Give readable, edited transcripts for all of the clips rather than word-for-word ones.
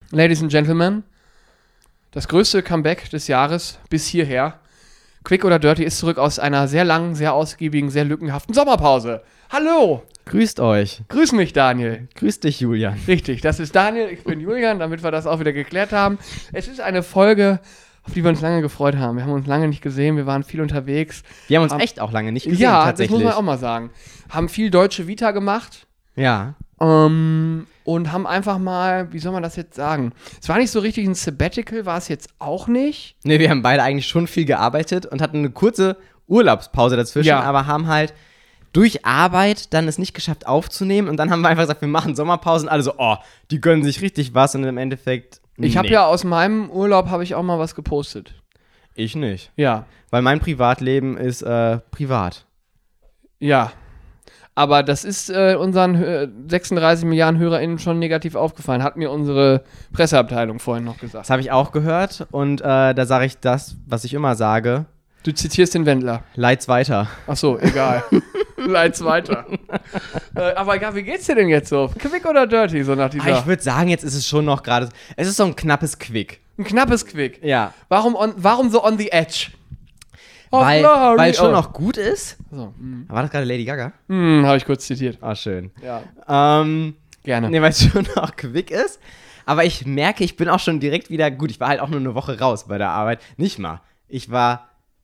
Ladies and Gentlemen, das größte Comeback des Jahres bis hierher. Quick oder Dirty ist zurück aus einer sehr langen, sehr ausgiebigen, sehr lückenhaften Sommerpause. Hallo! Grüßt euch. Grüß mich, Daniel. Grüß dich, Julian. Richtig, das ist Daniel, ich bin Julian, damit wir das auch wieder geklärt haben. Es ist eine Folge, auf die wir uns lange gefreut haben. Wir haben uns lange nicht gesehen, wir waren viel unterwegs. Wir haben uns echt auch lange nicht gesehen, ja, tatsächlich. das muss man auch mal sagen. Haben viel deutsche Vita gemacht. Ja. Und haben einfach mal, wie soll man das jetzt sagen? Es war nicht so richtig ein Sabbatical, war es jetzt auch nicht. Nee, wir haben beide eigentlich schon viel gearbeitet und hatten eine kurze Urlaubspause dazwischen, aber haben halt durch Arbeit dann es nicht geschafft aufzunehmen und dann haben wir einfach gesagt, wir machen Sommerpausen, alle so, die gönnen sich richtig was und im Endeffekt, Ich habe ja aus meinem Urlaub habe ich auch mal was gepostet. Ich nicht. Ja. Weil mein Privatleben ist privat. Ja. Aber das ist unseren 36 Milliarden HörerInnen schon negativ aufgefallen, hat mir unsere Presseabteilung vorhin noch gesagt. Das habe ich auch gehört und da sage ich das, was ich immer sage. Du zitierst den Wendler. Leit's weiter. Ach so, egal. Leit's weiter. Aber ja, wie geht's dir denn jetzt so? Quick oder Dirty, so nach dieser... Ich würde sagen, jetzt ist es schon noch gerade, es ist so ein knappes Quick. Ein knappes Quick. Ja. Warum so on the edge? Weil es schon noch gut ist. So, War das gerade Lady Gaga? habe ich kurz zitiert. Ah, schön. Ja. Gerne. Nee, weil es schon noch quick ist. Aber ich merke, ich bin auch schon direkt wieder, gut, ich war halt auch nur eine Woche raus bei der Arbeit. Nicht mal. Ich war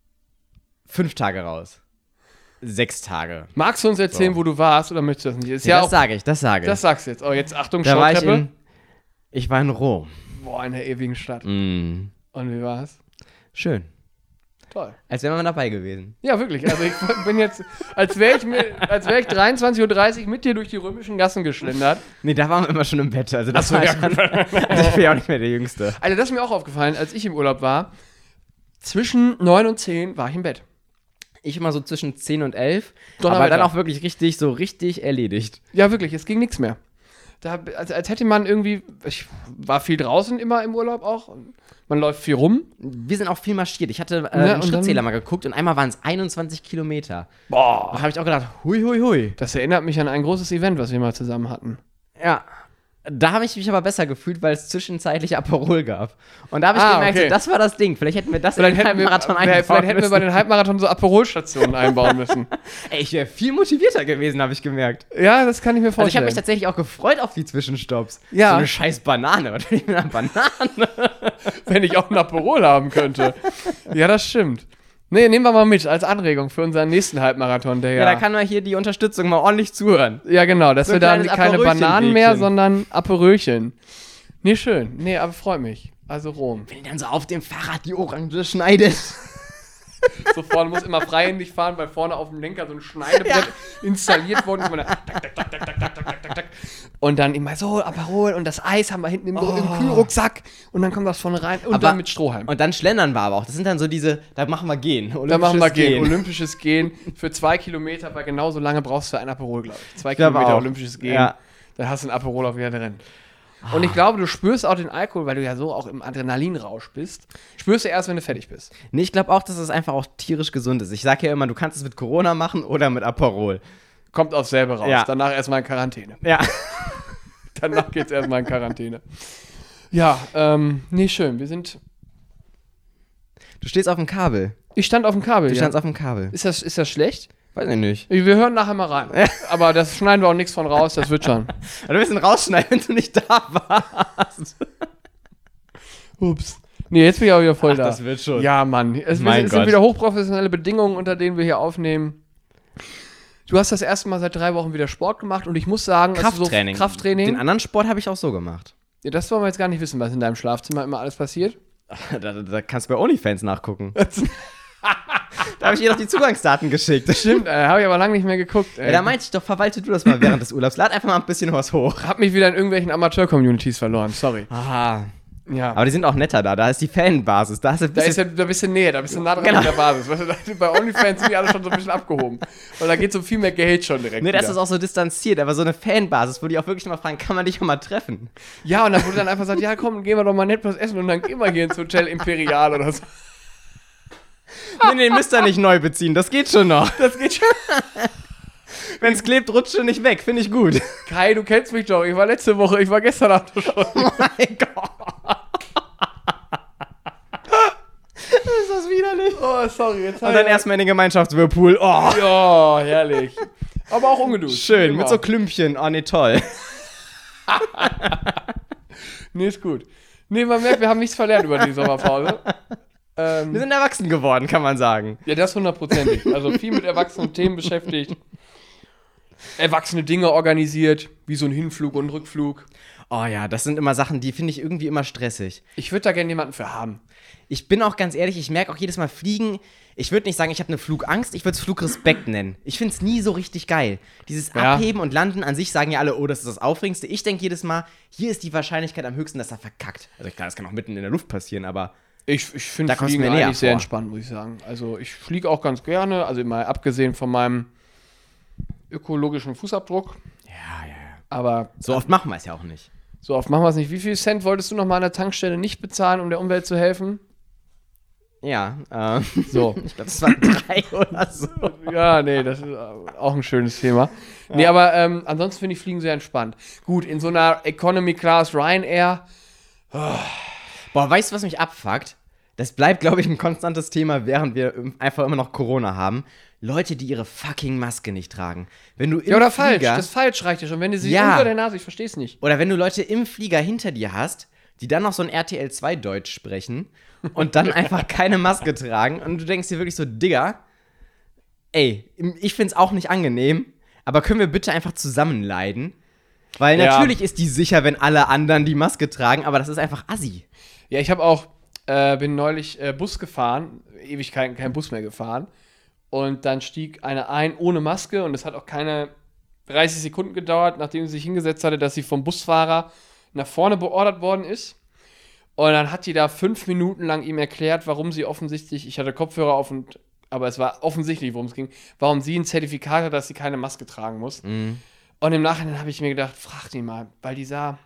5 Tage raus. 6 Tage. Magst du uns erzählen, wo du warst, oder möchtest du das nicht? Ist das sage ich. Das sagst du jetzt. Oh, jetzt Achtung, da war Showtreppe. ich war in Rom. Boah, in der ewigen Stadt. Mm. Und wie war's? Schön. Toll. Als wäre man dabei gewesen. Ja, wirklich. Also ich bin jetzt, als wäre ich 23:30 Uhr mit dir durch die römischen Gassen geschlendert. Nee, da waren wir immer schon im Bett. Also das war ja. also ich bin ja auch nicht mehr der Jüngste. Also das ist mir auch aufgefallen, als ich im Urlaub war. Zwischen 9 und 10 war ich im Bett. Ich immer so zwischen 10 und 11. Donnerwetter. Aber dann auch wirklich richtig erledigt. Ja, wirklich. Es ging nichts mehr. Als hätte man irgendwie, ich war viel draußen immer im Urlaub auch. Man läuft viel rum. Wir sind auch viel marschiert. Ich hatte einen Schrittzähler mal geguckt und einmal waren es 21 Kilometer. Boah. Da habe ich auch gedacht, hui. Das erinnert mich an ein großes Event, was wir mal zusammen hatten. Ja. Da habe ich mich aber besser gefühlt, weil es zwischenzeitlich Aperol gab. Und da habe ich gemerkt, so, das war das Ding. Vielleicht hätten wir das in den Halbmarathon einbauen müssen. Vielleicht hätten wir bei den Halbmarathon so Aperol-Stationen einbauen müssen. Ey, ich wäre viel motivierter gewesen, habe ich gemerkt. Ja, das kann ich mir vorstellen. Also ich habe mich tatsächlich auch gefreut auf die Zwischenstopps. Ja. So eine scheiß Banane. Was will ich mit einer Banane? Wenn ich auch ein Aperol haben könnte. Ja, das stimmt. Nee, nehmen wir mal mit als Anregung für unseren nächsten Halbmarathon. Ja, da kann man hier die Unterstützung mal ordentlich zuhören. Ja, genau, dass so wir dann keine Bananen mehr, sondern Aperölchen. Nee, schön. Nee, aber freut mich. Also Rom. Wenn ihr dann so auf dem Fahrrad die Orange schneidet. So vorne muss immer freihändig fahren, weil vorne auf dem Lenker so ein Schneidebrett installiert worden ist. Tak. Und dann immer so Aperol und das Eis haben wir hinten im Kühlrucksack und dann kommt das vorne rein und dann mit Strohhalm. Und dann schlendern wir aber auch. Das sind dann so diese, da machen wir Gehen. Olympisches Gehen für 2 Kilometer, weil genauso lange brauchst du ein Aperol, glaube ich. 2 Kilometer auch. Olympisches Gehen, ja. Dann hast du ein Aperol auf wieder drin. Und ich glaube, du spürst auch den Alkohol, weil du ja so auch im Adrenalinrausch bist. Spürst du erst, wenn du fertig bist. Nee, ich glaube auch, dass es einfach auch tierisch gesund ist. Ich sage ja immer, du kannst es mit Corona machen oder mit Aperol. Kommt aufs selbe raus. Ja. Danach erstmal in Quarantäne. Ja. Danach geht's erstmal in Quarantäne. Ja, nee, schön. Wir sind... Du stehst auf dem Kabel. Ich stand auf dem Kabel, Du standst auf dem Kabel. Ist das schlecht? Weiß ich nicht. Wir hören nachher mal rein. Aber das schneiden wir auch nichts von raus, das wird schon. Du wirst ihn rausschneiden, wenn du nicht da warst. Ups. Nee, jetzt bin ich auch wieder voll da. Das wird schon. Ja, Mann. Es sind wieder hochprofessionelle Bedingungen, unter denen wir hier aufnehmen. Du hast das erste Mal seit 3 Wochen wieder Sport gemacht und ich muss sagen, Krafttraining. Den anderen Sport habe ich auch so gemacht. Ja, das wollen wir jetzt gar nicht wissen, was in deinem Schlafzimmer immer alles passiert. Da kannst du bei OnlyFans nachgucken. Da habe ich ihr doch die Zugangsdaten geschickt. Stimmt, habe ich aber lange nicht mehr geguckt. Ja, da meinte ich doch, verwalte du das mal während des Urlaubs. Lad einfach mal ein bisschen was hoch. Hab mich wieder in irgendwelchen Amateur-Communities verloren, sorry. Aha. Ja. Aber die sind auch netter da. Da ist die Fanbasis. Da ist ja ein bisschen näher, da bist du nah dran an der Basis. Weißt du, bei OnlyFans sind die alle schon so ein bisschen abgehoben. Weil da geht so viel mehr Geld schon direkt. Nee, das ist auch so distanziert. Aber so eine Fanbasis, wo die auch wirklich mal fragen, kann man dich auch mal treffen? Ja, und dann wurde dann einfach gesagt, ja komm, gehen wir doch mal nett was essen und dann gehen wir hier ins Hotel Imperial oder so. Nee, müsst ihr nicht neu beziehen. Das geht schon noch. Das geht schon. Wenn es klebt, rutscht du nicht weg. Finde ich gut. Kai, du kennst mich doch. Ich war gestern Abend schon. Oh mein Gott. sorry. Jetzt und dann erstmal in den Gemeinschaftswhirlpool. Oh. Ja, herrlich. Aber auch ungeduldig. Schön, mit so Klümpchen. Oh, nee, toll. Nee, ist gut. Nee, man merkt, wir haben nichts verlernt über die Sommerpause. Wir sind erwachsen geworden, kann man sagen. Ja, das 100%. Also viel mit erwachsenen Themen beschäftigt. Erwachsene Dinge organisiert, wie so ein Hinflug und ein Rückflug. Oh ja, das sind immer Sachen, die finde ich irgendwie immer stressig. Ich würde da gerne jemanden für haben. Ich bin auch ganz ehrlich, ich merke auch jedes Mal Fliegen, ich würde nicht sagen, ich habe eine Flugangst, ich würde es Flugrespekt nennen. Ich finde es nie so richtig geil. Dieses Abheben und Landen an sich sagen ja alle, oh, das ist das Aufregendste. Ich denke jedes Mal, hier ist die Wahrscheinlichkeit am höchsten, dass er verkackt. Also klar, das kann auch mitten in der Luft passieren, aber ich finde Fliegen eigentlich sehr entspannt, muss ich sagen. Also ich fliege auch ganz gerne, also mal abgesehen von meinem ökologischen Fußabdruck. Ja. Aber so oft machen wir es ja auch nicht. So oft machen wir es nicht. Wie viel Cent wolltest du noch mal an der Tankstelle nicht bezahlen, um der Umwelt zu helfen? Ja, so. Ich glaube, das waren 3 oder so. Ja, nee, das ist auch ein schönes Thema. Ja. Nee, aber ansonsten finde ich Fliegen sehr entspannt. Gut, in so einer Economy Class Ryanair. Boah, weißt du, was mich abfuckt? Das bleibt, glaube ich, ein konstantes Thema, während wir einfach immer noch Corona haben. Leute, die ihre fucking Maske nicht tragen. Wenn du im oder Flieger, falsch. Das falsch reicht ja schon. Wenn du sie unter der Nase, ich verstehe es nicht. Oder wenn du Leute im Flieger hinter dir hast, die dann noch so ein RTL 2 Deutsch sprechen und dann einfach keine Maske tragen und du denkst dir wirklich so, Digga, ey, ich find's auch nicht angenehm, aber können wir bitte einfach zusammen leiden? Weil natürlich ist die sicher, wenn alle anderen die Maske tragen, aber das ist einfach assi. Ja, ich habe auch, bin neulich Bus gefahren, Ewigkeiten kein Bus mehr gefahren. Und dann stieg eine ein ohne Maske und es hat auch keine 30 Sekunden gedauert, nachdem sie sich hingesetzt hatte, dass sie vom Busfahrer nach vorne beordert worden ist. Und dann hat die da 5 Minuten lang ihm erklärt, warum sie offensichtlich, ich hatte Kopfhörer auf, aber es war offensichtlich, worum es ging, warum sie ein Zertifikat hat, dass sie keine Maske tragen muss. Mhm. Und im Nachhinein habe ich mir gedacht, frag die mal, weil die sah...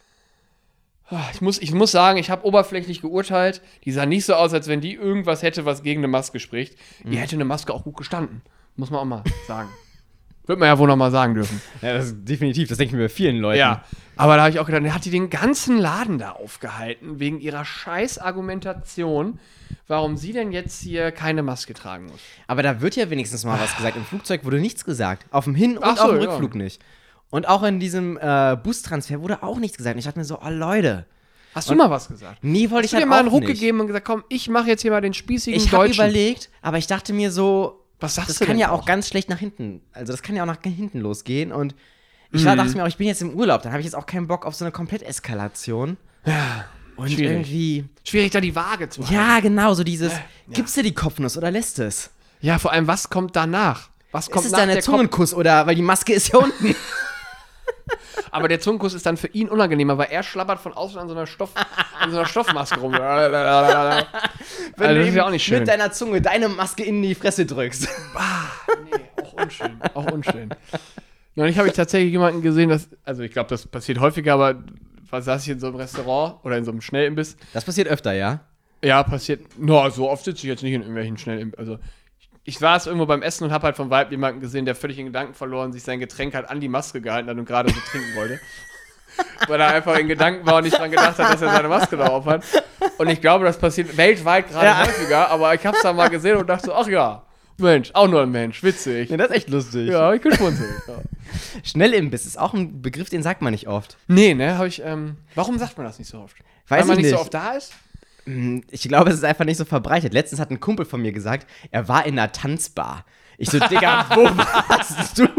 Ich muss sagen, ich habe oberflächlich geurteilt, die sah nicht so aus, als wenn die irgendwas hätte, was gegen eine Maske spricht. Die hätte eine Maske auch gut gestanden. Muss man auch mal sagen. Wird man ja wohl noch mal sagen dürfen. Ja, das ist definitiv. Das denke ich mir bei vielen Leuten. Ja, aber da habe ich auch gedacht, hat die den ganzen Laden da aufgehalten, wegen ihrer scheiß Argumentation, warum sie denn jetzt hier keine Maske tragen muss. Aber da wird ja wenigstens mal was gesagt. Im Flugzeug wurde nichts gesagt. Auf dem Hin- und auf dem Rückflug nicht. Und auch in diesem Bustransfer wurde auch nichts gesagt. Und ich dachte mir so, oh Leute. Hast du mal was gesagt? Nee, wollte ich halt auch nicht. Hast du dir mal einen Ruck gegeben und gesagt, komm, ich mache jetzt hier mal den spießigen Deutschen? Ich habe überlegt, aber ich dachte mir so, was sagst das du kann ja auch auch ganz schlecht nach hinten, also das kann ja auch nach hinten losgehen. Und ich dachte mir auch, ich bin jetzt im Urlaub, dann habe ich jetzt auch keinen Bock auf so eine Kompletteskalation. Ja, und irgendwie... Schwierig, da die Waage zu halten. Ja, genau, so dieses, gibst du die Kopfnuss oder lässt es? Ja, vor allem, was kommt danach? Was kommt ist es dann der Zungenkuss oder, weil die Maske ist ja unten. Aber der Zungenkuss ist dann für ihn unangenehmer, weil er schlabbert von außen an so einer Stoffmaske rum. Wenn du das ist ja auch nicht schön. Mit deiner Zunge deine Maske in die Fresse drückst. Nee, auch unschön. Neulich habe ich tatsächlich jemanden gesehen, also ich glaube, das passiert häufiger, aber saß ich in so einem Restaurant oder in so einem Schnellimbiss. Das passiert öfter, ja? Ja, passiert. So oft sitze ich jetzt nicht in irgendwelchen Schnellimbiss. Also ich saß irgendwo beim Essen und habe halt vom Vibe jemanden gesehen, der völlig in Gedanken verloren, sich sein Getränk halt an die Maske gehalten hat und gerade so trinken wollte. Weil er einfach in Gedanken war und nicht dran gedacht hat, dass er seine Maske drauf hat. Und ich glaube, das passiert weltweit gerade häufiger, aber ich habe es da mal gesehen und dachte so, ach ja, Mensch, auch nur ein Mensch, witzig. Ja, das ist echt lustig. Ja, ich geschmunzelt. Ja. Schnellimbiss ist auch ein Begriff, den sagt man nicht oft. Nee, ne, habe ich, warum sagt man das nicht so oft? Weil man nicht so oft da ist? Ich glaube, es ist einfach nicht so verbreitet. Letztens hat ein Kumpel von mir gesagt, er war in einer Tanzbar. Ich so, Digga, wo warst du?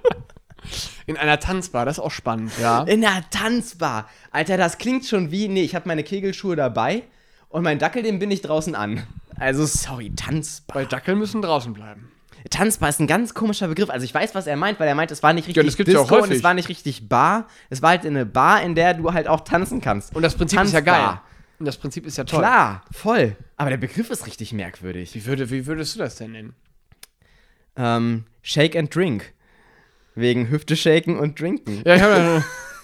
In einer Tanzbar, das ist auch spannend, ja. In einer Tanzbar. Alter, das klingt schon wie, ich habe meine Kegelschuhe dabei und mein Dackel, den bin ich draußen an. Also, sorry, Tanzbar. Weil Dackel müssen draußen bleiben. Tanzbar ist ein ganz komischer Begriff. Also ich weiß, was er meint, weil er meint, es war nicht richtig das gibt's Disco ja auch häufig. Und es war nicht richtig Bar. Es war halt eine Bar, in der du halt auch tanzen kannst. Und das Prinzip ist ja geil. Und das Prinzip ist ja toll. Klar, voll. Aber der Begriff ist richtig merkwürdig. Wie würdest du das denn nennen? Shake and Drink. Wegen Hüfte shaken und trinken. Ja,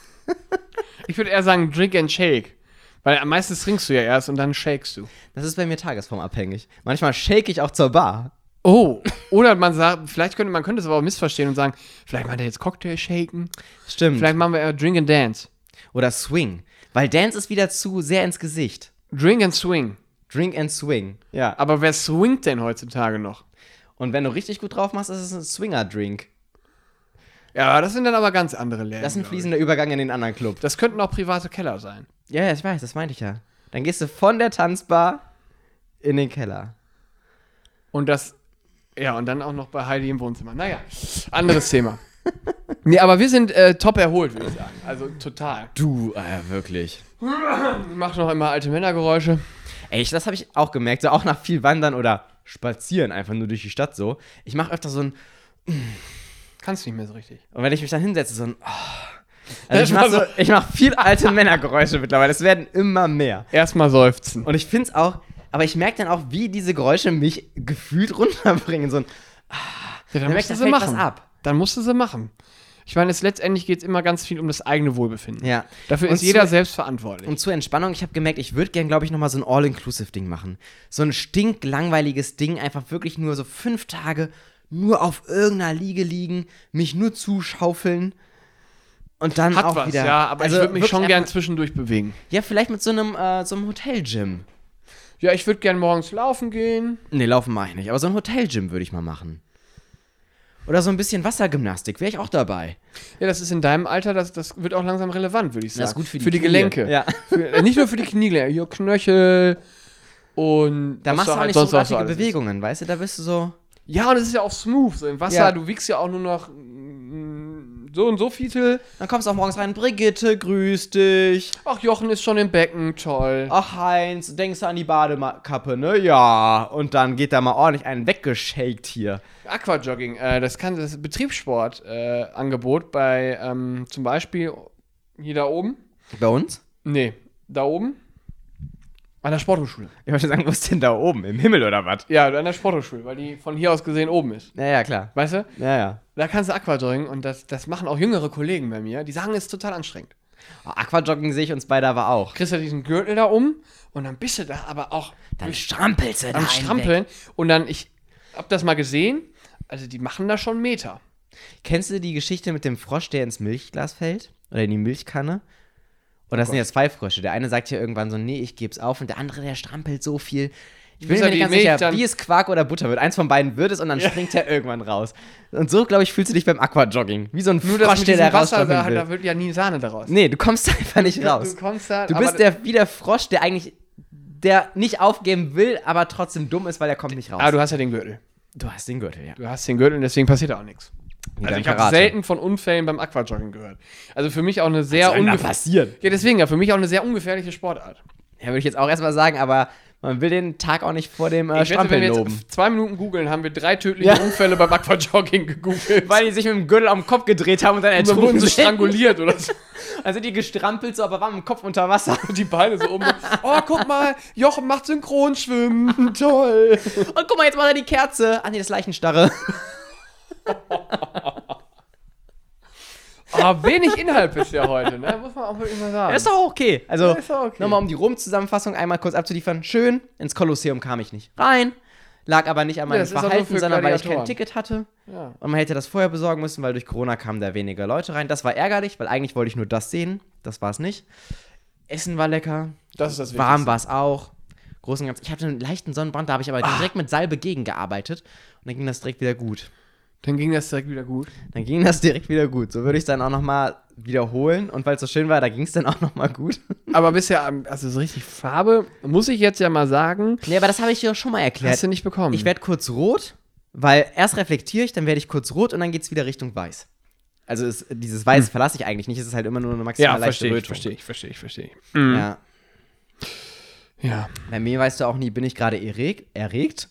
ich würde eher sagen Drink and Shake. Weil meistens trinkst du ja erst und dann shakest du. Das ist bei mir tagesformabhängig. Manchmal shake ich auch zur Bar. Oh, oder man sagt, man könnte es aber auch missverstehen und sagen, vielleicht meint er jetzt Cocktail shaken. Stimmt. Vielleicht machen wir eher Drink and Dance. Oder Swing. Weil Dance ist wieder zu sehr ins Gesicht. Drink and Swing. Drink and Swing. Ja. Aber wer swingt denn heutzutage noch? Und wenn du richtig gut drauf machst, ist es ein Swinger-Drink. Ja, das sind dann aber ganz andere Läden. Das ist ein fließender Übergang in den anderen Club. Das könnten auch private Keller sein. Ja, ich weiß, das meinte ich ja. Dann gehst du von der Tanzbar in den Keller. Und dann auch noch bei Heidi im Wohnzimmer. Naja, anderes Thema. Nee, aber wir sind top erholt, würde ich sagen. Also total. Du, wirklich. Ich mache noch immer alte Männergeräusche. Ey, das habe ich auch gemerkt, so auch nach viel Wandern oder Spazieren einfach nur durch die Stadt so. Ich mache öfter so ein Kannst nicht mehr so richtig. Und wenn ich mich dann hinsetze, so ein Also ich mach viel alte Männergeräusche mittlerweile. Es werden immer mehr. Erstmal seufzen. Und ich finde es auch, aber ich merke dann auch, wie diese Geräusche mich gefühlt runterbringen. So ein dann musst du sie machen. Dann musst du sie machen. Ich meine, letztendlich geht es immer ganz viel um das eigene Wohlbefinden. Ja. Dafür ist jeder selbst verantwortlich. Und zur Entspannung, ich habe gemerkt, ich würde gern, glaube ich, nochmal so ein All-Inclusive-Ding machen. So ein stinklangweiliges Ding, einfach wirklich nur so 5 Tage nur auf irgendeiner Liege liegen, mich nur zuschaufeln und dann Hat auch was, wieder. Ja, aber also ich würde mich schon gern zwischendurch bewegen. Ja, vielleicht mit so einem Hotel-Gym. Ja, ich würde gern morgens laufen gehen. Nee, laufen mache ich nicht, aber so ein Hotel-Gym würde ich mal machen. Oder so ein bisschen Wassergymnastik, wäre ich auch dabei. Ja, das ist in deinem Alter, das wird auch langsam relevant, würde ich sagen. Das ist gut für die Gelenke. Ja. Nicht nur für die Kniegelenke, hier Knöchel und da machst du auch nicht so artige Bewegungen, weißt du, da bist du so. Ja, und es ist ja auch smooth, so im Wasser, ja. Du wiegst ja auch nur noch so und so viel. Dann kommst du auch morgens rein, Brigitte, grüß dich. Ach, Jochen ist schon im Becken, toll. Ach, Heinz, denkst du an die Badekappe, ne? Ja. Und dann geht da mal ordentlich einen weggeshakt hier. Aquajogging, das Betriebssport-Angebot bei zum Beispiel hier da oben. Bei uns? Nee, da oben. An der Sporthochschule. Ich wollte sagen, wo ist denn da oben? Im Himmel oder was? Ja, an der Sporthochschule, weil die von hier aus gesehen oben ist. Ja, klar. Weißt du? Ja. Da kannst du Aquajogging und das machen auch jüngere Kollegen bei mir. Die sagen, es ist total anstrengend. Oh, Aquajogging sehe ich uns beide aber auch. Kriegst du diesen Gürtel da um und dann bist du da aber auch. Dann strampelst du da am Strampeln. Und dann, ich hab das mal gesehen, also die machen da schon Meter. Kennst du die Geschichte mit dem Frosch, der ins Milchglas fällt? Oder in die Milchkanne? Und das sind jetzt 2 Frösche. Der eine sagt hier irgendwann so, nee, ich geb's auf. Und der andere, der strampelt so viel. Ich bin mir nicht ganz sicher, wie es Quark oder Butter wird. Eins von beiden wird es und dann springt er irgendwann raus. Und so, glaube ich, fühlst du dich beim Aquajogging. Wie so ein Frosch, der da rausstrampeln will. Da wird ja nie Sahne daraus. Nee, du kommst einfach nicht raus. Du bist wie der Frosch, der nicht aufgeben will, aber trotzdem dumm ist, weil er kommt nicht raus. Ah, du hast ja den Gürtel. Du hast den Gürtel, ja. Du hast den Gürtel und deswegen passiert auch nichts. Also ich habe selten von Unfällen beim Aquajogging gehört. Also für mich auch eine sehr passieren. Ja, deswegen ja, für mich auch eine sehr ungefährliche Sportart. Ja, würde ich jetzt auch erstmal sagen, aber man will den Tag auch nicht vor dem Strampeln loben. Wenn wir jetzt 2 Minuten googeln, haben wir 3 tödliche Unfälle beim Aquajogging gegoogelt. Weil die sich mit dem Gürtel am Kopf gedreht haben und dann ertrunken wurden sie stranguliert oder so. Also die gestrampelt so, aber waren im Kopf unter Wasser. Und die Beine so oben. Oh, guck mal, Jochen macht Synchronschwimmen. Toll. Und guck mal, jetzt macht er die Kerze. Ah, nee, das ist Leichenstarre. Wenig Inhalt bisher heute, ne? Muss man auch wirklich mal sagen. Ist doch okay. Also, okay. Nochmal um die Rom-Zusammenfassung einmal kurz abzuliefern. Schön, ins Kolosseum kam ich nicht rein. Lag aber nicht an meinem Verhalten, sondern weil ich kein Ticket hatte. Ja. Und man hätte das vorher besorgen müssen, weil durch Corona kamen da weniger Leute rein. Das war ärgerlich, weil eigentlich wollte ich nur das sehen. Das war es nicht. Essen war lecker. Das ist das Wichtigste. Warm war es auch. Großen und Ganzen. Ich hatte einen leichten Sonnenbrand, da habe ich aber direkt mit Salbe gegengearbeitet. Und dann ging das direkt wieder gut. So würde ich es dann auch nochmal wiederholen. Und weil es so schön war, da ging es dann auch nochmal gut. Aber bisher, also so richtig Farbe, muss ich jetzt ja mal sagen. Nee, aber das habe ich dir schon mal erklärt. Hast du nicht bekommen. Ich werde kurz rot, weil erst reflektiere ich, dann werde ich kurz rot und dann geht es wieder Richtung weiß. Also dieses Weiß verlasse ich eigentlich nicht. Es ist halt immer nur eine maximal leichte Rötung. Verstehe ich. Ja. Ja. Bei mir weißt du auch nie, bin ich gerade erregt? Erregt?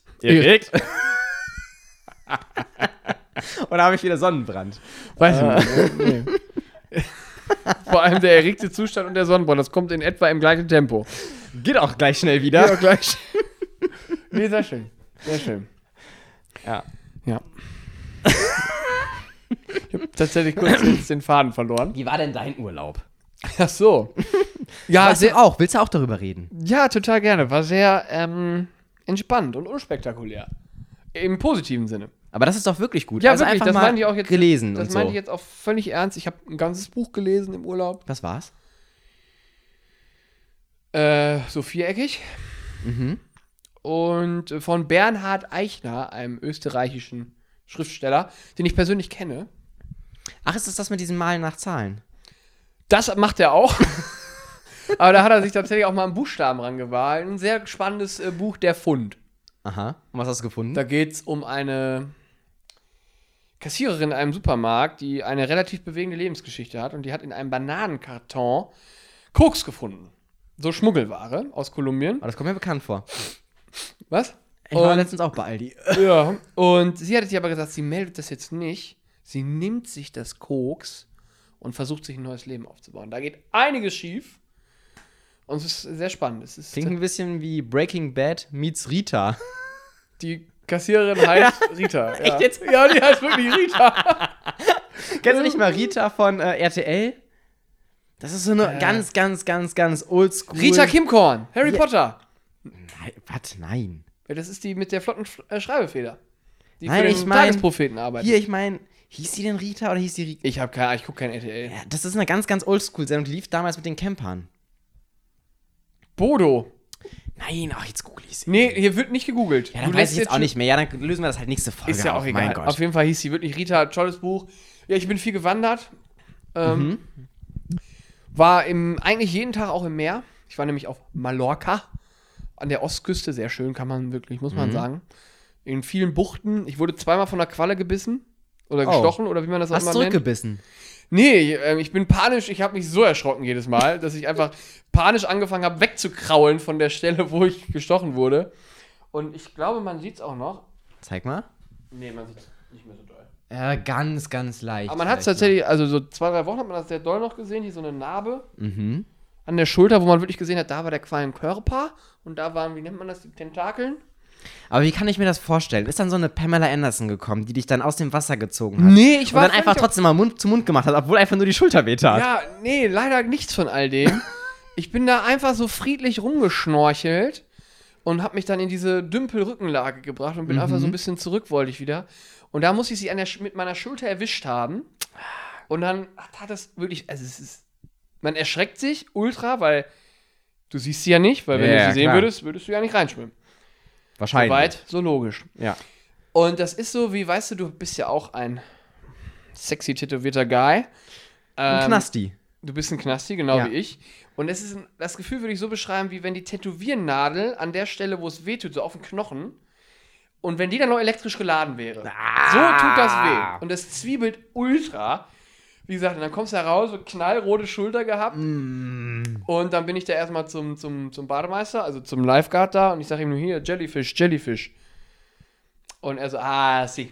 Oder habe ich wieder Sonnenbrand? Weiß ich nicht. Nee. Vor allem der erregte Zustand und der Sonnenbrand, das kommt in etwa im gleichen Tempo. Geht auch gleich schnell wieder. Geht auch gleich. Nee, sehr schön. Sehr schön. Ja. Ich habe tatsächlich kurz den Faden verloren. Wie war denn dein Urlaub? Ach so. Ja, willst du auch darüber reden? Ja, total gerne. War sehr entspannt und unspektakulär. Im positiven Sinne. Aber das ist doch wirklich gut. Ja, also wirklich, einfach das mal meinte ich auch jetzt gelesen. Das meinte ich jetzt auch völlig ernst. Ich habe ein ganzes Buch gelesen im Urlaub. Was war's? So viereckig. Mhm. und von Bernhard Eichner, einem österreichischen Schriftsteller, den ich persönlich kenne. Ach, ist das mit diesem Malen nach Zahlen? Das macht er auch. Aber da hat er sich tatsächlich auch mal einen Buchstaben rangewagt. Ein sehr spannendes Buch, Der Fund. Aha. Und was hast du gefunden? Da geht es um eine Kassiererin in einem Supermarkt, die eine relativ bewegende Lebensgeschichte hat. Und die hat in einem Bananenkarton Koks gefunden. So Schmuggelware aus Kolumbien. Aber das kommt mir bekannt vor. Was? Ich war letztens auch bei Aldi. Ja. Und sie hat sich aber gesagt, sie meldet das jetzt nicht. Sie nimmt sich das Koks und versucht sich ein neues Leben aufzubauen. Da geht einiges schief. Und es ist sehr spannend. Es ist Klingt ein bisschen wie Breaking Bad meets Rita. Die Kassiererin heißt Rita. Echt jetzt? Ja, die heißt wirklich Rita. Kennst du nicht mal Rita von RTL? Das ist so eine ganz oldschool. Rita Kimkorn, Harry Potter. Nein, was? Nein. Ja, das ist die mit der flotten Schreibfeder. Die Nein, für ich den mein, Tagespropheten arbeitet. Hier, ich meine, hieß die denn Rita oder hieß die Rita? Ich gucke kein RTL. Ja, das ist eine ganz oldschool Sendung. Die lief damals mit den Campern. Bodo. Nein, ach, jetzt google ich sie. Nee, hier wird nicht gegoogelt. Ja, dann weiß ich jetzt auch nicht mehr. Ja, dann lösen wir das halt nächste Folge. Ist ja auch egal. Mein Gott. Auf jeden Fall hieß sie wirklich Rita, tolles Buch. Ja, ich bin viel gewandert. War eigentlich jeden Tag auch im Meer. Ich war nämlich auf Mallorca, an der Ostküste. Sehr schön, muss man sagen. In vielen Buchten. Ich wurde zweimal von einer Qualle gebissen. Oder gestochen, oder wie man das auch immer nennt. Hast du zurückgebissen? Nee, ich bin panisch. Ich habe mich so erschrocken jedes Mal, dass ich einfach panisch angefangen habe, wegzukraulen von der Stelle, wo ich gestochen wurde. Und ich glaube, man sieht es auch noch. Zeig mal. Nee, man sieht es nicht mehr so doll. Ja, ganz leicht. Aber man hat es tatsächlich, also so 2-3 Wochen hat man das sehr doll noch gesehen, hier so eine Narbe an der Schulter, wo man wirklich gesehen hat, da war der Quallenkörper und da waren, wie nennt man das, die Tentakeln. Aber wie kann ich mir das vorstellen? Ist dann so eine Pamela Anderson gekommen, die dich dann aus dem Wasser gezogen hat? Nee, ich war und dann einfach trotzdem mal Mund zu Mund gemacht hat, obwohl einfach nur die Schulter wehtat. Ja, nee, leider nichts von all dem. Ich bin da einfach so friedlich rumgeschnorchelt und hab mich dann in diese Dümpelrückenlage gebracht und bin einfach so ein bisschen zurück, wollte ich wieder. Und da muss ich sie mit meiner Schulter erwischt haben. Und dann hat das wirklich, also man erschreckt sich ultra, weil du siehst sie ja nicht, weil wenn du sie sehen würdest du ja nicht reinschwimmen. Wahrscheinlich. Soweit, so logisch. Ja. Und das ist so, wie, weißt du bist ja auch ein sexy tätowierter Guy. Ein Knasti. Du bist ein Knasti, genau wie ich. Und das Gefühl würde ich so beschreiben, wie wenn die Tätowiernadel an der Stelle, wo es wehtut, so auf dem Knochen, und wenn die dann noch elektrisch geladen wäre. So tut das weh. Und das zwiebelt ultra. Wie gesagt, und dann kommst du heraus, so knallrote Schulter gehabt. Und dann bin ich da erstmal zum Bademeister, also zum Lifeguard da. Und ich sage ihm nur hier, Jellyfish. Und er so, sie.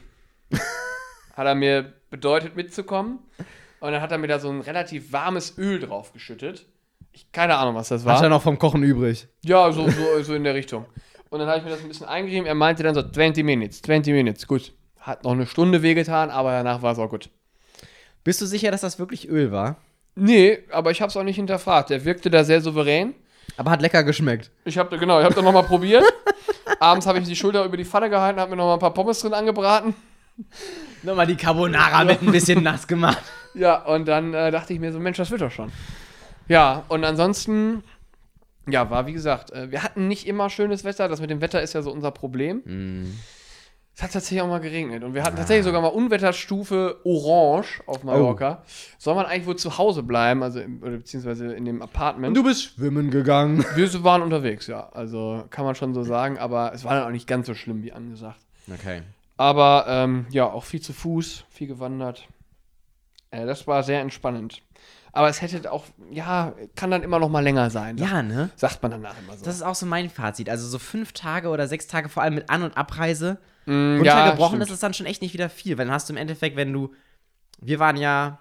Hat er mir bedeutet mitzukommen. Und dann hat er mir da so ein relativ warmes Öl drauf geschüttet. Keine Ahnung, was das war. Hast du ja noch vom Kochen übrig? Ja, so in der Richtung. Und dann habe ich mir das ein bisschen eingerieben. Er meinte dann so, 20 Minutes. Gut. Hat noch eine Stunde wehgetan, aber danach war es auch gut. Bist du sicher, dass das wirklich Öl war? Nee, aber ich habe es auch nicht hinterfragt. Der wirkte da sehr souverän. Aber hat lecker geschmeckt. Ich habe da nochmal probiert. Abends habe ich die Schulter über die Pfanne gehalten, habe mir nochmal ein paar Pommes drin angebraten. Nochmal die Carbonara mit ein bisschen nass gemacht. Ja, und dann dachte ich mir so, Mensch, das wird doch schon. Ja, und ansonsten, ja, war wie gesagt, wir hatten nicht immer schönes Wetter. Das mit dem Wetter ist ja so unser Problem. Es hat tatsächlich auch mal geregnet. Und wir hatten tatsächlich sogar mal Unwetterstufe Orange auf Mallorca. Soll man eigentlich wohl zu Hause bleiben, also beziehungsweise in dem Apartment. Und du bist schwimmen gegangen. Wir waren unterwegs, ja. Also kann man schon so sagen, aber es war dann auch nicht ganz so schlimm wie angesagt. Okay. Aber ja, auch viel zu Fuß, viel gewandert. Das war sehr entspannend. Aber es hätte auch, ja, kann dann immer noch mal länger sein. Ja, ne? Sagt man danach immer so. Das ist auch so mein Fazit. Also so 5 Tage oder 6 Tage, vor allem mit An- und Abreise. Runtergebrochen Runtergebrochen ist es dann schon echt nicht wieder viel. Weil dann hast du im Endeffekt, wir waren ja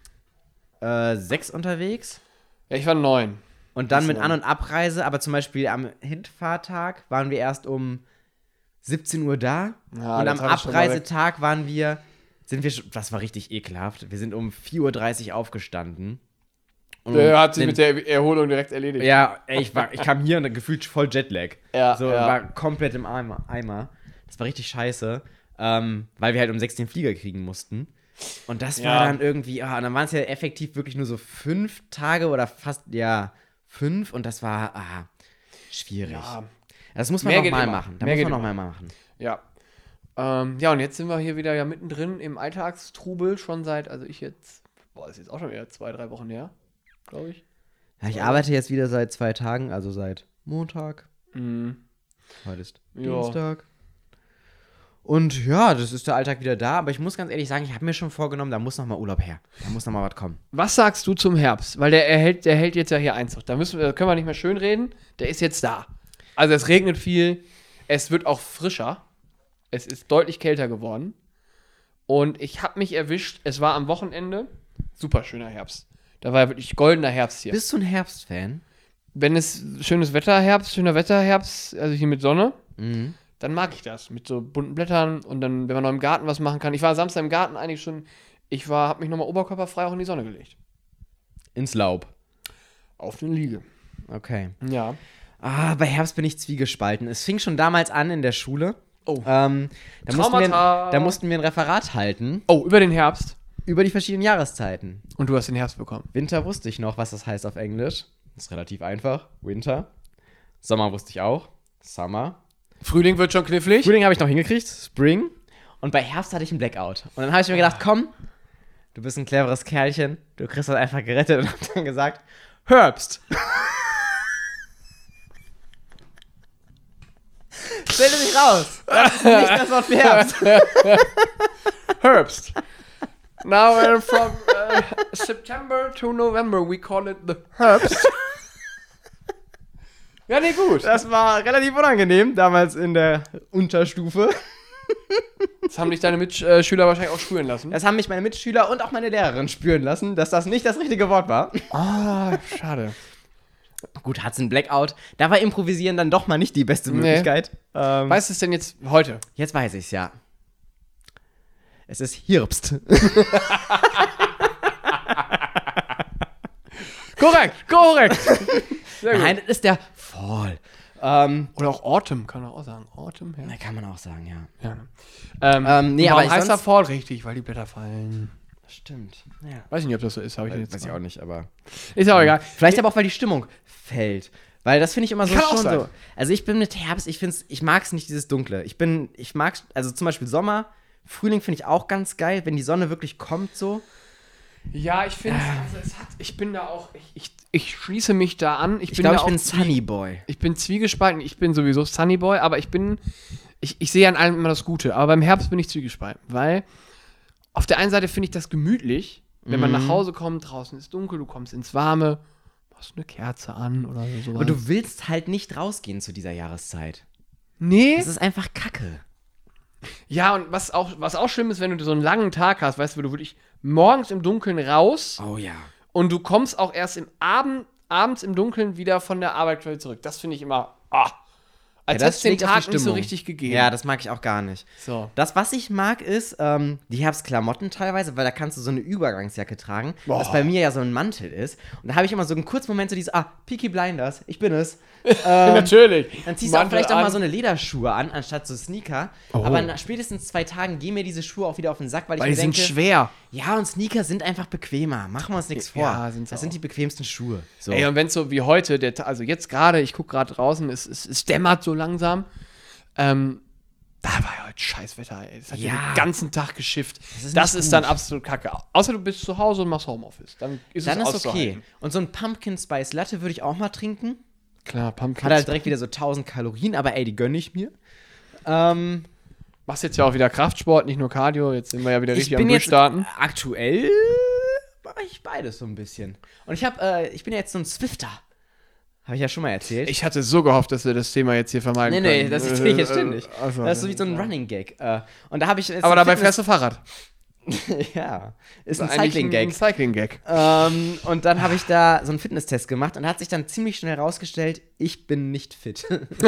6 unterwegs. Ja, ich war 9. Und dann mit An- und Abreise, aber zum Beispiel am Hinfahrtag waren wir erst um 17 Uhr da. Ja, und am Abreisetag das war richtig ekelhaft. Wir sind um 4:30 Uhr aufgestanden. Der hat sich mit der Erholung direkt erledigt. Ja, ey, ich kam hier und dann gefühlt voll Jetlag. Ja, war komplett im Eimer. Das war richtig scheiße, weil wir halt um 6 den Flieger kriegen mussten. Und das war dann irgendwie, und dann waren es ja effektiv wirklich nur so 5 Tage oder fast, 5 und das war schwierig. Ja. Das muss man nochmal machen. Da muss man nochmal machen. Ja. Ja, und jetzt sind wir hier wieder ja mittendrin im Alltagstrubel, schon seit, also ich jetzt, ist jetzt auch schon wieder 2-3 Wochen her, glaube ich. Ja, ich arbeite jetzt wieder seit 2 Tagen, also seit Montag. Heute ist Dienstag. Und ja, das ist der Alltag wieder da, aber ich muss ganz ehrlich sagen, ich habe mir schon vorgenommen, da muss nochmal Urlaub her. Da muss nochmal was kommen. Was sagst du zum Herbst? Weil der hält jetzt ja hier Einzug. Da können wir nicht mehr schön reden. Der ist jetzt da. Also es regnet viel, es wird auch frischer. Es ist deutlich kälter geworden. Und ich habe mich erwischt, es war am Wochenende super schöner Herbst. Da war ja wirklich goldener Herbst hier. Bist du ein Herbstfan? Wenn es schöner Wetterherbst, also hier mit Sonne, dann mag ich das. Mit so bunten Blättern und dann, wenn man noch im Garten was machen kann. Ich war Samstag im Garten eigentlich schon, habe mich nochmal oberkörperfrei auch in die Sonne gelegt. Ins Laub? Auf eine Liege. Okay. Ja. Bei Herbst bin ich zwiegespalten. Es fing schon damals an in der Schule. Oh. Da mussten wir ein Referat halten. Oh, über den Herbst. Über die verschiedenen Jahreszeiten. Und du hast den Herbst bekommen. Winter wusste ich noch, was das heißt auf Englisch. Das ist relativ einfach. Winter. Sommer wusste ich auch. Summer. Frühling wird schon knifflig. Frühling habe ich noch hingekriegt. Spring. Und bei Herbst hatte ich einen Blackout. Und dann habe ich mir gedacht, komm, du bist ein cleveres Kerlchen. Du kriegst das einfach gerettet. Und habe dann gesagt, Herbst. Stell dich raus. Das ist nicht das Wort für Herbst. Herbst. Now from September to November we call it the Herbst. Ja, nee, gut. Das war relativ unangenehm, damals in der Unterstufe. Das haben dich deine Mitschüler wahrscheinlich auch spüren lassen. Das haben mich meine Mitschüler und auch meine Lehrerin spüren lassen, dass das nicht das richtige Wort war. Schade. Gut, hat's einen Blackout. Da war Improvisieren dann doch mal nicht die beste Möglichkeit. Weißt du es denn jetzt heute? Jetzt weiß ich's, ja. Es ist Herbst. Korrekt. Sehr gut. Nein, das ist der Fall. Oder auch Autumn, kann man auch sagen. Autumn, ja. Kann man auch sagen, ja. Nee, aber heißt der Fall richtig, weil die Blätter fallen. Stimmt. Ja. Weiß ich nicht, ob das so ist. Weiß ich auch nicht, aber. Ist auch egal. Vielleicht aber auch, weil die Stimmung fällt. Weil das finde ich immer so Kann schon auch sein. so. Also ich bin mit Herbst, ich mag es nicht, dieses Dunkle. Ich mag, also zum Beispiel Sommer, Frühling finde ich auch ganz geil, wenn die Sonne wirklich kommt so. Ja, ich finde, ich bin da auch, ich schließe mich da an. Ich glaube, ich bin Sunny Boy. Ich bin zwiegespalten, ich bin sowieso Sunny Boy, aber ich sehe an allem immer das Gute. Aber beim Herbst bin ich zwiegespalten, weil auf der einen Seite finde ich das gemütlich, wenn man nach Hause kommt, draußen ist dunkel, du kommst ins Warme, machst eine Kerze an oder so. Aber du willst halt nicht rausgehen zu dieser Jahreszeit. Nee. Das ist einfach Kacke. Ja, und was auch schlimm ist, wenn du so einen langen Tag hast, weißt du, wo du wirklich morgens im Dunkeln raus. Oh ja. Und du kommst auch erst abends im Dunkeln wieder von der Arbeit zurück. Das finde ich immer, als hätte es den Tag nicht so richtig gegeben. Ja, das mag ich auch gar nicht. So. Das, was ich mag, ist die Herbstklamotten teilweise, weil da kannst du so eine Übergangsjacke tragen, was bei mir ja so ein Mantel ist. Und da habe ich immer so einen kurzen Moment so dieses, Peaky Blinders, ich bin es. Natürlich. Dann ziehst du auch vielleicht auch mal so eine Lederschuhe an, anstatt so Sneaker. Oh. Aber nach spätestens 2 Tagen gehen mir diese Schuhe auch wieder auf den Sack, weil ich mir denke, die sind schwer. Ja, und Sneaker sind einfach bequemer. Machen wir uns nichts vor. Ja, das sind die bequemsten Schuhe. So. Ey, und wenn es so wie heute, also jetzt gerade, ich gucke gerade draußen, es dämmert so langsam. Da war ja heute Scheißwetter, ey. Das hat ja den ganzen Tag geschifft. Das ist dann absolut kacke. Außer du bist zu Hause und machst Homeoffice. Dann ist es okay. Und so ein Pumpkin Spice Latte würde ich auch mal trinken. Klar, Pumpkin. Hat halt direkt wieder so 1000 Kalorien, aber ey, die gönne ich mir. Machst jetzt ja auch wieder Kraftsport, nicht nur Cardio. Jetzt sind wir ja wieder richtig am Durchstarten. Aktuell mache ich beides so ein bisschen. Und ich bin ja jetzt so ein Swifter. Habe ich ja schon mal erzählt. Ich hatte so gehofft, dass wir das Thema jetzt hier vermeiden können. Nee, das erzähle ich jetzt ständig. Das ist so wie so ein Running Gag. Und da habe ich aber dabei fährst du Fahrrad. Ja, ist ein Cycling-Gag. Ein Cycling-Gag. Und dann habe ich da so einen Fitnesstest gemacht und hat sich dann ziemlich schnell herausgestellt, ich bin nicht fit.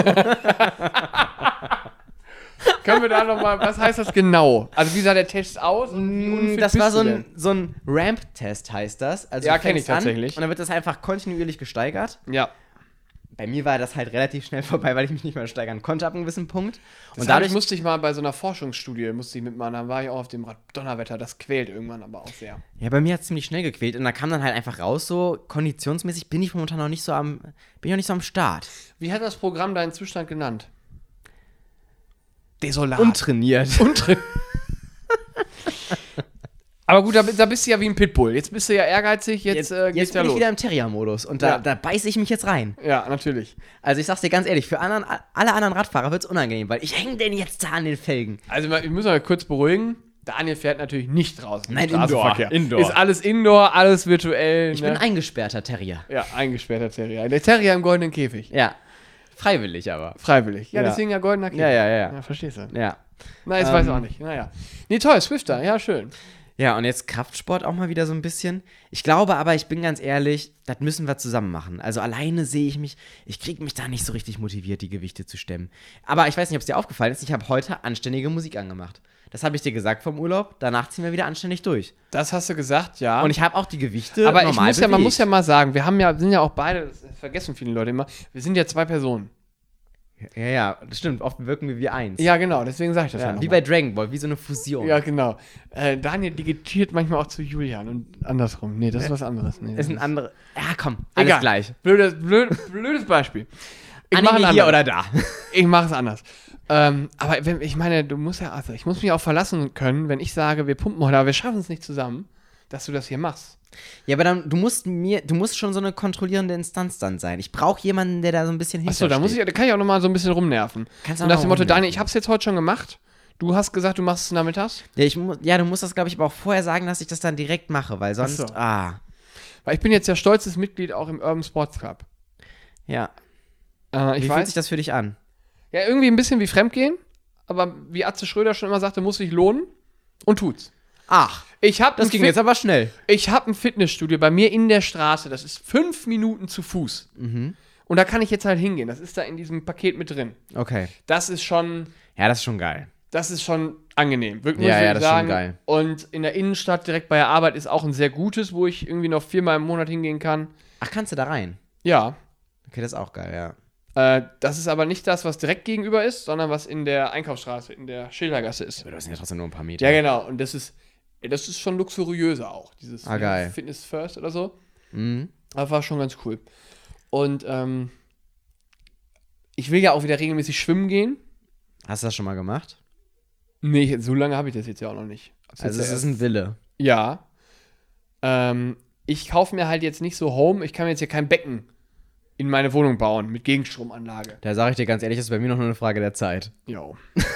Können wir da nochmal, was heißt das genau? Also wie sah der Test aus? Und wie unfit das bist war du so ein Ramp-Test, heißt das. Also ja, kenne ich tatsächlich. Und dann wird das einfach kontinuierlich gesteigert. Ja. bei mir war das halt relativ schnell vorbei, weil ich mich nicht mehr steigern konnte ab einem gewissen Punkt. Und dadurch musste ich mal bei so einer Forschungsstudie mitmachen, dann war ich auch auf dem Rad. Donnerwetter, das quält irgendwann aber auch sehr. Ja, bei mir hat es ziemlich schnell gequält und da kam dann halt einfach raus, so konditionsmäßig bin ich momentan noch nicht so am Start. Wie hat das Programm deinen Zustand genannt? Desolat. Untrainiert. Aber gut, da bist du ja wie ein Pitbull. Jetzt bist du ja ehrgeizig, jetzt geht's ja bin los. Ich wieder im Terrier-Modus und da beiße ich mich jetzt rein. Ja, natürlich. Also ich sag's dir ganz ehrlich, für alle anderen Radfahrer wird's unangenehm, weil ich hänge denn jetzt da an den Felgen. Also wir müssen mal kurz beruhigen. Daniel fährt natürlich nicht draußen. Nein, Indoor. Ist alles Indoor, alles virtuell. Ich bin eingesperrter Terrier. Ja, eingesperrter Terrier. Der Terrier im goldenen Käfig. Ja. Freiwillig aber. Freiwillig. Ja, deswegen ja goldener Käfig. Ja, verstehst du? Ja. Na, jetzt weiß ich auch nicht. Naja. Nee, toll, Swifter. Ja, schön. Ja, und jetzt Kraftsport auch mal wieder so ein bisschen. Ich glaube aber, ich bin ganz ehrlich, das müssen wir zusammen machen. Also alleine sehe ich kriege mich da nicht so richtig motiviert, die Gewichte zu stemmen. Aber ich weiß nicht, ob es dir aufgefallen ist, ich habe heute anständige Musik angemacht. Das habe ich dir gesagt vom Urlaub, danach ziehen wir wieder anständig durch. Das hast du gesagt, ja. Und ich habe auch die Gewichte aber man muss ja mal sagen, sind ja auch beide, das vergessen viele Leute immer, wir sind ja 2 Personen. Ja, das stimmt. Oft wirken wir wie eins. Ja, genau, deswegen sage ich das ja. Wie bei Dragon Ball, wie so eine Fusion. Ja, genau. Daniel digitiert manchmal auch zu Julian und andersrum. Nee, das ist was anderes. Nee, ist ein anderes. Ja, komm, alles gleich. Blödes Beispiel. Ich mache hier oder da. Ich mache es anders. Aber ich meine, ich muss mich auch verlassen können, wenn ich sage, wir pumpen heute, aber wir schaffen es nicht zusammen, dass du das hier machst. Ja, aber dann, du musst schon so eine kontrollierende Instanz dann sein. Ich brauche jemanden, der da so ein bisschen hintersteht. Achso, da kann ich auch nochmal so ein bisschen rumnerven. Kannst du und nach dem Motto, Daniel, ich hab's jetzt heute schon gemacht. Du hast gesagt, du machst es nachmittags? Ja, du musst das, glaube ich, aber auch vorher sagen, dass ich das dann direkt mache, weil sonst, Weil ich bin jetzt ja stolzes Mitglied auch im Urban Sports Club. Ja. Wie fühlt sich das für dich an? Ja, irgendwie ein bisschen wie Fremdgehen, aber wie Atze Schröder schon immer sagte, muss sich lohnen und tut's. Ach, das ging jetzt aber schnell. Ich habe ein Fitnessstudio bei mir in der Straße, das ist 5 Minuten zu Fuß. Mhm. Und da kann ich jetzt halt hingehen, das ist da in diesem Paket mit drin. Okay. Das ist schon... Ja, das ist schon geil. Das ist schon angenehm, wirklich, muss ich sagen. Ist schon geil. Und in der Innenstadt direkt bei der Arbeit ist auch ein sehr gutes, wo ich irgendwie noch 4-mal im Monat hingehen kann. Ach, kannst du da rein? Ja. Okay, das ist auch geil, ja. Das ist aber nicht das, was direkt gegenüber ist, sondern was in der Einkaufsstraße, in der Schildergasse ist. Aber das sind ja trotzdem nur ein paar Meter. Ja, genau. Und das ist schon luxuriöser auch. Dieses geil. Fitness First oder so. Mhm. Aber war schon ganz cool. Und ich will ja auch wieder regelmäßig schwimmen gehen. Hast du das schon mal gemacht? Nee, so lange habe ich das jetzt ja auch noch nicht. Also es ist ein Wille. Ja. Ich kaufe mir halt jetzt nicht so Home. Ich kann mir jetzt hier kein Becken in meine Wohnung bauen mit Gegenstromanlage. Da sage ich dir ganz ehrlich, das ist bei mir noch nur eine Frage der Zeit. Jo.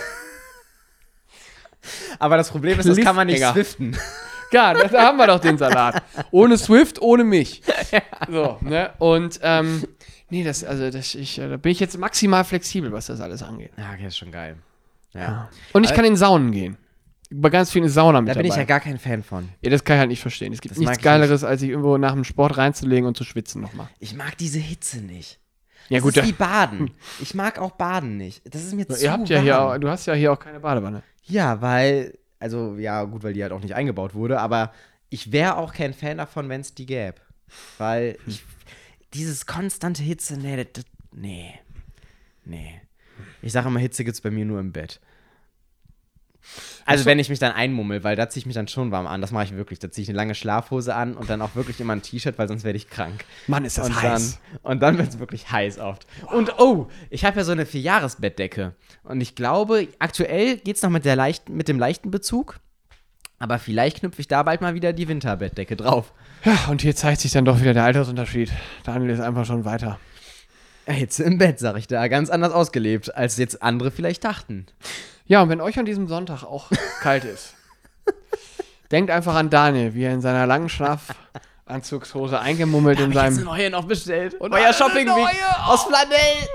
Aber das Problem ist, das kann man nicht swiften. Ja, da haben wir doch den Salat. Ohne Swift, ohne mich. Ja. So, ne? Und, da bin ich jetzt maximal flexibel, was das alles angeht. Ja, okay, ist schon geil. Ja. Und ich kann in Saunen gehen. Bei ganz vielen Sauna mit dabei. Da bin ich ja gar kein Fan von. Ja, das kann ich halt nicht verstehen. Es gibt nichts Geileres, als sich irgendwo nach dem Sport reinzulegen und zu schwitzen nochmal. Ich mag diese Hitze nicht. Ja, das ist wie Baden. Ich mag auch Baden nicht. Das ist mir zu warm. Du hast ja hier auch keine Badewanne. Ja, weil die halt auch nicht eingebaut wurde, aber ich wäre auch kein Fan davon, wenn es die gäbe. Weil dieses konstante Hitze, nee. Ich sage immer, Hitze gibt's bei mir nur im Bett. Also wenn ich mich dann einmummel, weil da ziehe ich mich dann schon warm an. Das mache ich wirklich. Da ziehe ich eine lange Schlafhose an und dann auch wirklich immer ein T-Shirt, weil sonst werde ich krank. Mann, ist das heiß. Und dann wird es wirklich heiß oft. Und ich habe ja so eine 4-Jahres-Bettdecke. Und ich glaube, aktuell geht es noch mit dem leichten Bezug. Aber vielleicht knüpfe ich da bald mal wieder die Winterbettdecke drauf. Ja, und hier zeigt sich dann doch wieder der Altersunterschied. Daniel ist einfach schon weiter. Hitze im Bett, sag ich da. Ganz anders ausgelebt, als jetzt andere vielleicht dachten. Ja, und wenn euch an diesem Sonntag auch kalt ist, denkt einfach an Daniel, wie er in seiner langen Schlafanzugshose eingemummelt in seinem... Ich habe neue noch bestellt. Und euer Shopping-Weg aus Flanell.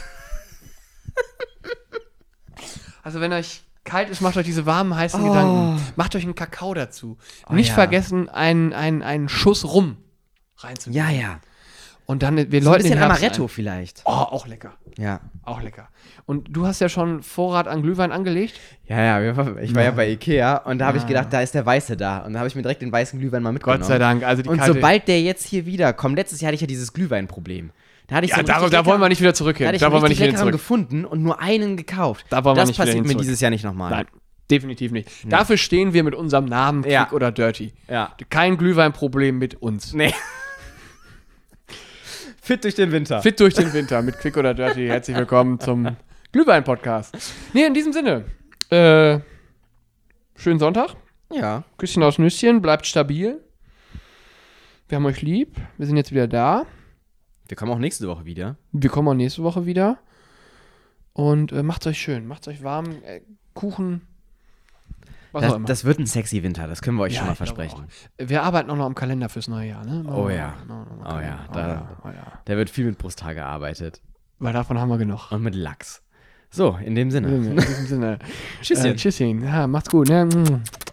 Also wenn euch kalt ist, macht euch diese warmen, heißen Gedanken. Macht euch einen Kakao dazu. Nicht vergessen, einen Schuss Rum reinzunehmen. Ja. Und dann, wir so läuten ein bisschen den Herbst Amaretto ein. vielleicht. Oh, auch lecker. Ja. Auch lecker. Und du hast ja schon Vorrat an Glühwein angelegt? Ja, ich war ja bei Ikea und da habe ich gedacht, da ist der Weiße da. Und da habe ich mir direkt den weißen Glühwein mal mitgenommen. Gott sei Dank. Also und sobald der jetzt hier wiederkommt, letztes Jahr hatte ich ja dieses Glühweinproblem. Da hatte ich so da wollen wir nicht wieder zurück hin. Da hatte ich da wollen wir nicht wieder zurück. gefunden und nur einen gekauft. Da wollen wir das nicht wieder passiert mir zurück. dieses Jahr nicht nochmal. Nein, definitiv nicht. Dafür stehen wir mit unserem Namen Quick oder Dirty. Ja. Kein Glühweinproblem mit uns. Nee. Fit durch den Winter. Fit durch den Winter mit Quick oder Dirty. Herzlich willkommen zum Glühwein-Podcast. Nee, in diesem Sinne. Schönen Sonntag. Ja. Küsschen aus Nüsschen. Bleibt stabil. Wir haben euch lieb. Wir sind jetzt wieder da. Wir kommen auch nächste Woche wieder. Wir kommen auch nächste Woche wieder. Und macht's euch schön. Macht's euch warm. Kuchen. Was auch immer. Das wird ein sexy Winter. Das können wir euch schon mal versprechen. Wir arbeiten auch noch am Kalender fürs neue Jahr, ne? Oh ja. Da wird viel mit Brusthaar gearbeitet. Weil davon haben wir genug. Und mit Lachs. So, in dem Sinne. In diesem Sinne. Tschüsschen. Tschüsschen. Ja, macht's gut. Ne?